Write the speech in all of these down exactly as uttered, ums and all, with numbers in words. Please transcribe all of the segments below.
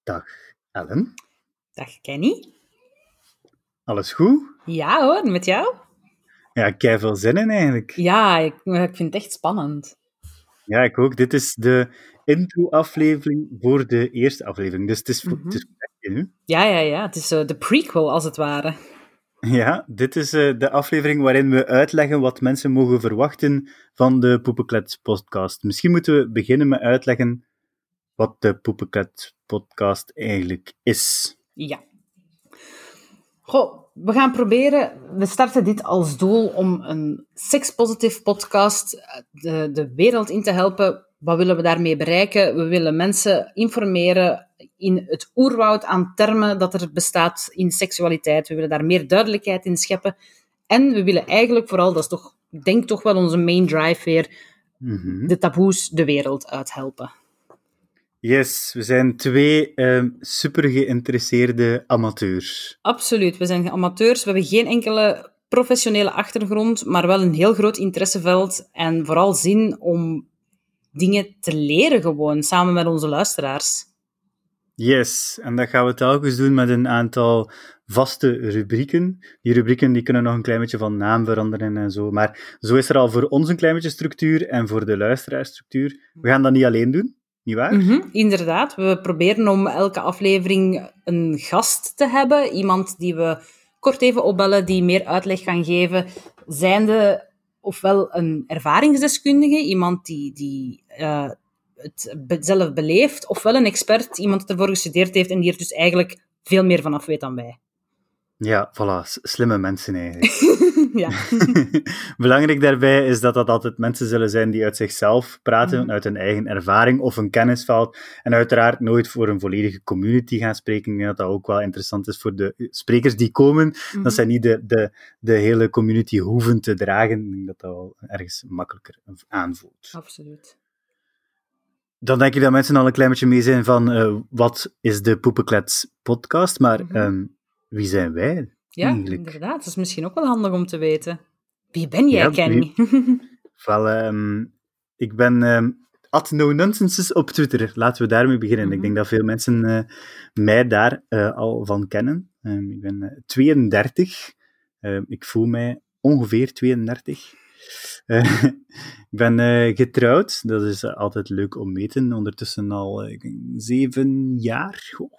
Dag Ellen. Dag Kenny. Alles goed? Ja hoor, met jou? Ja, ik heb veel zin in eigenlijk. Ja, ik, ik vind het echt spannend. Ja, ik ook. Dit is de intro-aflevering voor de eerste aflevering. Dus het is voor, Mhm. het is voor echt nu. Ja, ja, ja. Het is uh, de prequel, als het ware. Ja, dit is uh, de aflevering waarin we uitleggen wat mensen mogen verwachten van de Poepenklets podcast. Misschien moeten we beginnen met uitleggen wat de Poepenklets podcast eigenlijk is. Ja. Goh, we gaan proberen... We starten dit als doel om een sex-positive podcast de, de wereld in te helpen. Wat willen we daarmee bereiken? We willen mensen informeren in het oerwoud aan termen dat er bestaat in seksualiteit. We willen daar meer duidelijkheid in scheppen. En we willen eigenlijk vooral, dat is toch, ik denk toch wel onze main drive weer, Mm-hmm. de taboes de wereld uithelpen. Yes, we zijn twee uh, super geïnteresseerde amateurs. Absoluut, we zijn amateurs. We hebben geen enkele professionele achtergrond, maar wel een heel groot interesseveld en vooral zin om dingen te leren gewoon, samen met onze luisteraars. Yes, en dat gaan we telkens doen met een aantal vaste rubrieken. Die rubrieken die kunnen nog een klein beetje van naam veranderen en zo, maar zo is er al voor ons een klein beetje structuur en voor de luisteraars structuur. We gaan dat niet alleen doen, nietwaar? Mm-hmm, inderdaad, we proberen om elke aflevering een gast te hebben, iemand die we kort even opbellen, die meer uitleg kan geven, zijnde ofwel een ervaringsdeskundige, iemand die... die uh, het zelf beleeft, ofwel een expert, iemand die ervoor gestudeerd heeft en die er dus eigenlijk veel meer vanaf weet dan wij. Ja, voilà, slimme mensen eigenlijk. Ja. Belangrijk daarbij is dat dat altijd mensen zullen zijn die uit zichzelf praten, mm. uit hun eigen ervaring of een kennisveld, en uiteraard nooit voor een volledige community gaan spreken. Ik denk dat dat ook wel interessant is voor de sprekers die komen, mm-hmm. dat zij niet de, de, de hele community hoeven te dragen. Ik denk dat dat wel ergens makkelijker aanvoelt. Absoluut. Dan denk ik dat mensen al een klein beetje mee zijn van uh, wat is de Poepenklets podcast, maar mm-hmm. um, wie zijn wij ja, eigenlijk? Inderdaad. Dat is misschien ook wel handig om te weten. Wie ben jij, ja, Kenny? Wel, um, ik ben um, at no nonsense op Twitter. Laten we daarmee beginnen. Mm-hmm. Ik denk dat veel mensen uh, mij daar uh, al van kennen. Um, ik ben uh, tweeëndertig. Uh, ik voel mij ongeveer tweeëndertig. Uh, ik ben uh, getrouwd, dat is uh, altijd leuk om te weten. Ondertussen al uh, zeven jaar. Oh,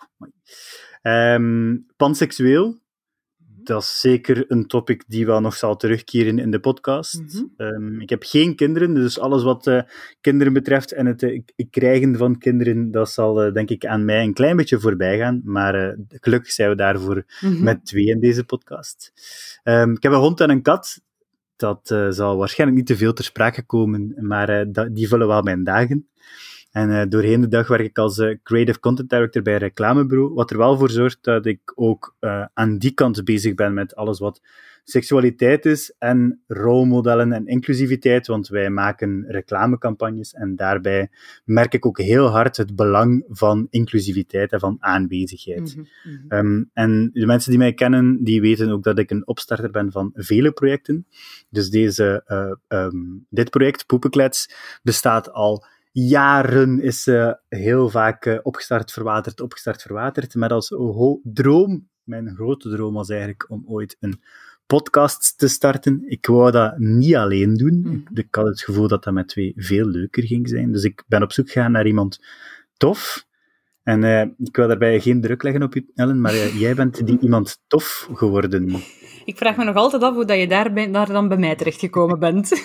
um, panseksueel, dat is zeker een topic die wel nog zal terugkeren in de podcast. Mm-hmm. Um, ik heb geen kinderen, dus alles wat uh, kinderen betreft en het uh, krijgen van kinderen, dat zal uh, denk ik aan mij een klein beetje voorbij gaan. Maar uh, gelukkig zijn we daarvoor mm-hmm. met twee in deze podcast. Um, ik heb een hond en een kat. Dat uh, zal waarschijnlijk niet te veel ter sprake komen, maar uh, da- die vullen wel mijn dagen. En uh, doorheen de dag werk ik als uh, Creative Content Director bij een reclamebureau, wat er wel voor zorgt dat ik ook uh, aan die kant bezig ben met alles wat seksualiteit is en rolmodellen en inclusiviteit, want wij maken reclamecampagnes en daarbij merk ik ook heel hard het belang van inclusiviteit en van aanwezigheid. Mm-hmm. Um, en de mensen die mij kennen, die weten ook dat ik een opstarter ben van vele projecten. Dus deze, uh, um, dit project, Poepenklets, bestaat al jaren, is uh, heel vaak uh, opgestart, verwaterd, opgestart, verwaterd, met als ho- droom, mijn grote droom was eigenlijk om ooit een podcast te starten. Ik wou dat niet alleen doen. Mm-hmm. Ik had het gevoel dat dat met twee veel leuker ging zijn. Dus ik ben op zoek gegaan naar iemand tof. En uh, ik wil daarbij geen druk leggen op je, Ellen, maar uh, jij bent die iemand tof geworden. Ik vraag me nog altijd af hoe dat je daar, bij, daar dan bij mij terechtgekomen bent.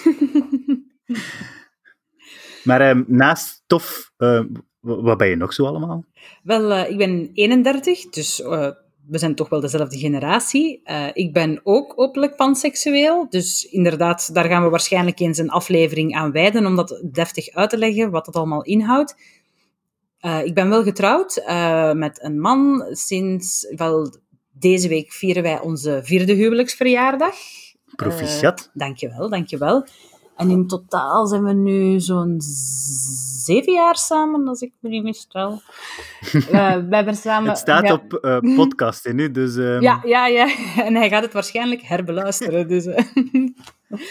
Maar uh, naast tof, uh, wat ben je nog zo allemaal? Wel, uh, ik ben eenendertig, dus uh, we zijn toch wel dezelfde generatie. Uh, ik ben ook openlijk panseksueel, dus inderdaad, daar gaan we waarschijnlijk eens een aflevering aan wijden om dat deftig uit te leggen, wat dat allemaal inhoudt. Uh, ik ben wel getrouwd uh, met een man. Sinds wel deze week vieren wij onze vierde huwelijksverjaardag. Proficiat. Uh, dankjewel, dankjewel. En in totaal zijn we nu zo'n zeven jaar samen, als ik me niet misstel. Uh, we hebben samen... Het staat ja. op uh, podcast, hè, nu, dus... Um... Ja, ja, ja. En hij gaat het waarschijnlijk herbeluisteren, dus... Uh.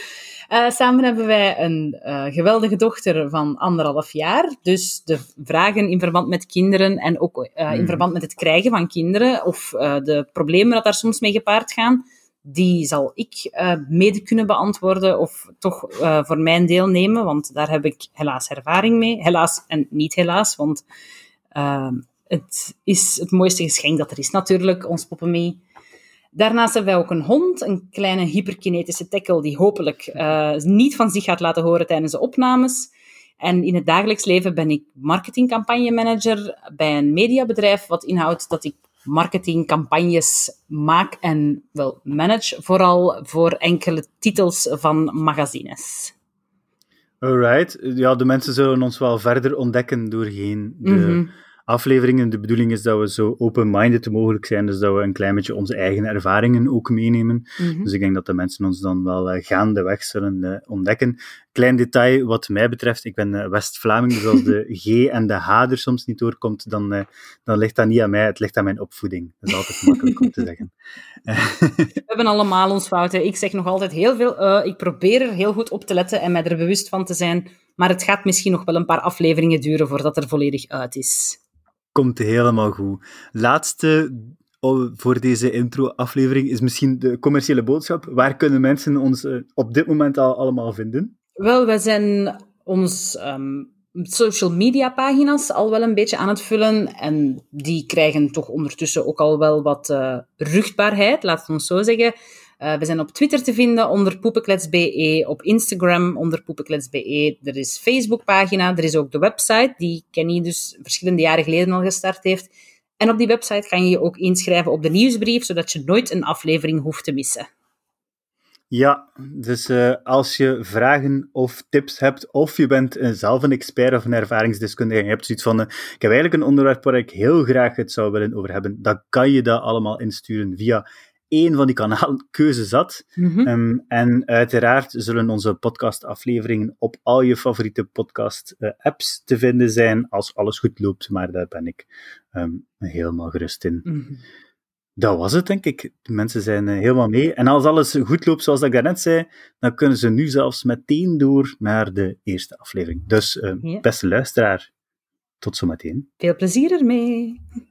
Uh, samen hebben wij een uh, geweldige dochter van anderhalf jaar. Dus de vragen in verband met kinderen en ook uh, in verband met het krijgen van kinderen of uh, de problemen dat daar soms mee gepaard gaan, die zal ik uh, mede kunnen beantwoorden of toch uh, voor mijn deel nemen, want daar heb ik helaas ervaring mee. Helaas en niet helaas, want uh, het is het mooiste geschenk dat er is natuurlijk, ons Poppemie. Daarnaast hebben wij ook een hond, een kleine hyperkinetische tackle die hopelijk uh, niet van zich gaat laten horen tijdens de opnames. En in het dagelijks leven ben ik marketingcampagnemanager bij een mediabedrijf, wat inhoudt dat ik marketingcampagnes maak en wel manage, vooral voor enkele titels van magazines. Alright. Ja, de mensen zullen ons wel verder ontdekken doorheen de mm-hmm. afleveringen. De bedoeling is dat we zo open-minded mogelijk zijn, dus dat we een klein beetje onze eigen ervaringen ook meenemen. Mm-hmm. Dus ik denk dat de mensen ons dan wel uh, gaandeweg zullen uh, ontdekken. Klein detail wat mij betreft, ik ben uh, West-Vlaming, dus als de G en de H er soms niet doorkomt, dan, uh, dan ligt dat niet aan mij, het ligt aan mijn opvoeding. Dat is altijd makkelijk om te zeggen. We hebben allemaal ons fouten. Ik zeg nog altijd heel veel, uh, ik probeer er heel goed op te letten en mij er bewust van te zijn, maar het gaat misschien nog wel een paar afleveringen duren voordat er volledig uit is. Komt helemaal goed. Laatste oh, voor deze intro-aflevering is misschien de commerciële boodschap. Waar kunnen mensen ons uh, op dit moment al allemaal vinden? Wel, wij zijn ons um, social media pagina's al wel een beetje aan het vullen en die krijgen toch ondertussen ook al wel wat uh, ruchtbaarheid, laten we het zo zeggen. Uh, we zijn op Twitter te vinden onder poepenklets punt b e, op Instagram onder poepenklets punt b e. Er is Facebookpagina, er is ook de website, die Kenny dus verschillende jaren geleden al gestart heeft. En op die website kan je je ook inschrijven op de nieuwsbrief, zodat je nooit een aflevering hoeft te missen. Ja, dus uh, als je vragen of tips hebt, of je bent uh, zelf een expert of een ervaringsdeskundige en je hebt zoiets van, uh, ik heb eigenlijk een onderwerp waar ik heel graag het zou willen over hebben, dan kan je dat allemaal insturen via één van die kanalen, keuze zat. Mm-hmm. Um, en uiteraard zullen onze podcastafleveringen op al je favoriete podcast-apps uh, te vinden zijn, als alles goed loopt, maar daar ben ik um, helemaal gerust in. Mm-hmm. Dat was het, denk ik. De mensen zijn uh, helemaal mee. En als alles goed loopt, zoals ik daarnet zei, dan kunnen ze nu zelfs meteen door naar de eerste aflevering. Dus, uh, yeah. Beste luisteraar, tot zometeen. Veel plezier ermee!